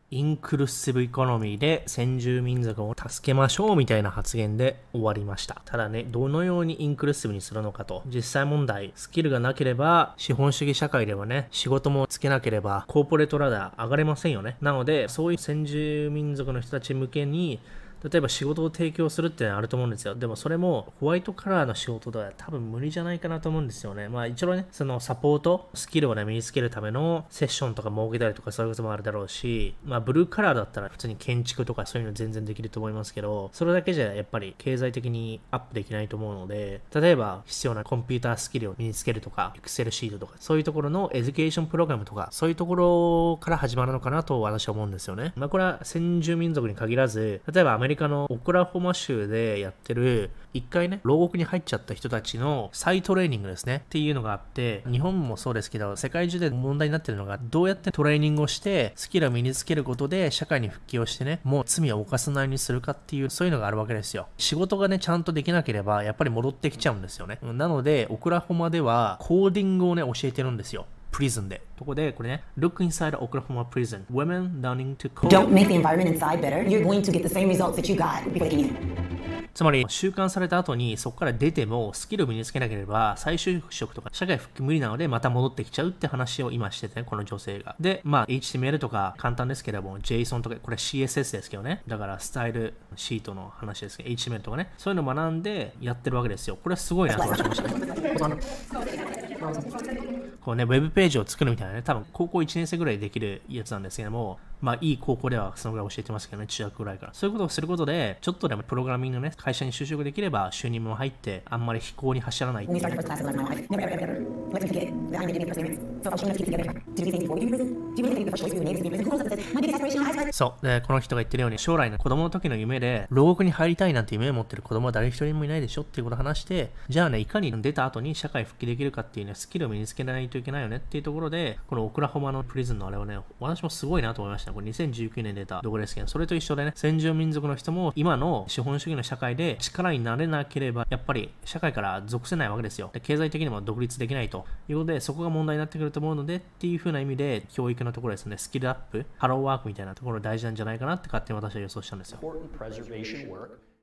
インクルーシブエコノミーで先住民族を助けましょうみたいな発言で終わりました。ただね、どのようにインクルーシブにするのかと、実際問題、スキルがなければ資本主義社会ではね、仕事もつけなければコーポレートラダー上がれませんよね。なので、そういう先住民族の人たち向けに例えば仕事を提供するってのはあると思うんですよ。でもそれもホワイトカラーの仕事では多分無理じゃないかなと思うんですよね。まあ一応ね、そのサポート、スキルをね、身につけるためのセッションとか設けたりとかそういうこともあるだろうし、まあブルーカラーだったら普通に建築とかそういうの全然できると思いますけど、それだけじゃやっぱり経済的にアップできないと思うので、例えば必要なコンピュータースキルを身につけるとか、Excel シートとか、そういうところのエデュケーションプログラムとか、そういうところから始まるのかなと私は思うんですよね。まあこれは先住民族に限らず、例えばアメリカのオクラホマ州でやってる一回ね、牢獄に入っちゃった人たちの再トレーニングですねっていうのがあって、日本もそうですけど世界中で問題になってるのが、どうやってトレーニングをしてスキルを身につけることで社会に復帰をしてね、もう罪を犯さないようにするかっていう、そういうのがあるわけですよ。仕事がねちゃんとできなければやっぱり戻ってきちゃうんですよね。なのでオクラホマではコーディングをね教えてるんですよ、プリズンで。そこでこれね、Look inside Oklahoma prison. Women learning to code. Don't make the environment inside better. You're going to get the same results that you got before they came in. つまり収監された後にそこから出てもスキルを身につけなければ再就職とか社会復帰無理なのでまた戻ってきちゃうって話を今しててね、この女性が。で、まあ HTML とか簡単ですけれども JSON とか、これ CSS ですけどね、だからスタイルシートの話ですけど HTML とかね、そういうのを学んでやってるわけですよ。これはすごいなと思いましたね。こうね、ウェブページを作るみたいなね、多分高校1年生ぐらいでできるやつなんですけども、まあいい高校ではそのぐらい教えてますけどね、中学ぐらいから。そういうことをすることで、ちょっとでもプログラミングのね、会社に就職できれば収入も入って、あんまり非行に走らないっていう。 When we started the first class of my life, never ever ever let me forget that I'm giving the first experience. So if I was showing up to keep together, do these things before you do prison? Do you really think the first choice we would make is to be in prison? Who knows what this is? My biggest aspiration in high school. そう。で、この人が言ってるように、将来の子供の時の夢で、牢獄に入りたいなんて夢を持ってる子供は誰一人もいないでしょっていうことを話して、じゃあね、いかに出た後に社会復帰できるかっていうね、スキルを身につけないといけないよねっていうところで、このオクラホマのプリズンのあれはね、私もすごいなと思いました。これ2019年出た動画ですけど、それと一緒でね、先住民族の人も今の資本主義の社会で力になれなければ、やっぱり社会から属せないわけですよ。で、経済的にも独立できないということで、そこが問題になってくると思うのでっていう風な意味で、教育のところですね、スキルアップ、ハローワークみたいなところ大事なんじゃないかなって勝手に私は予想したんですよ。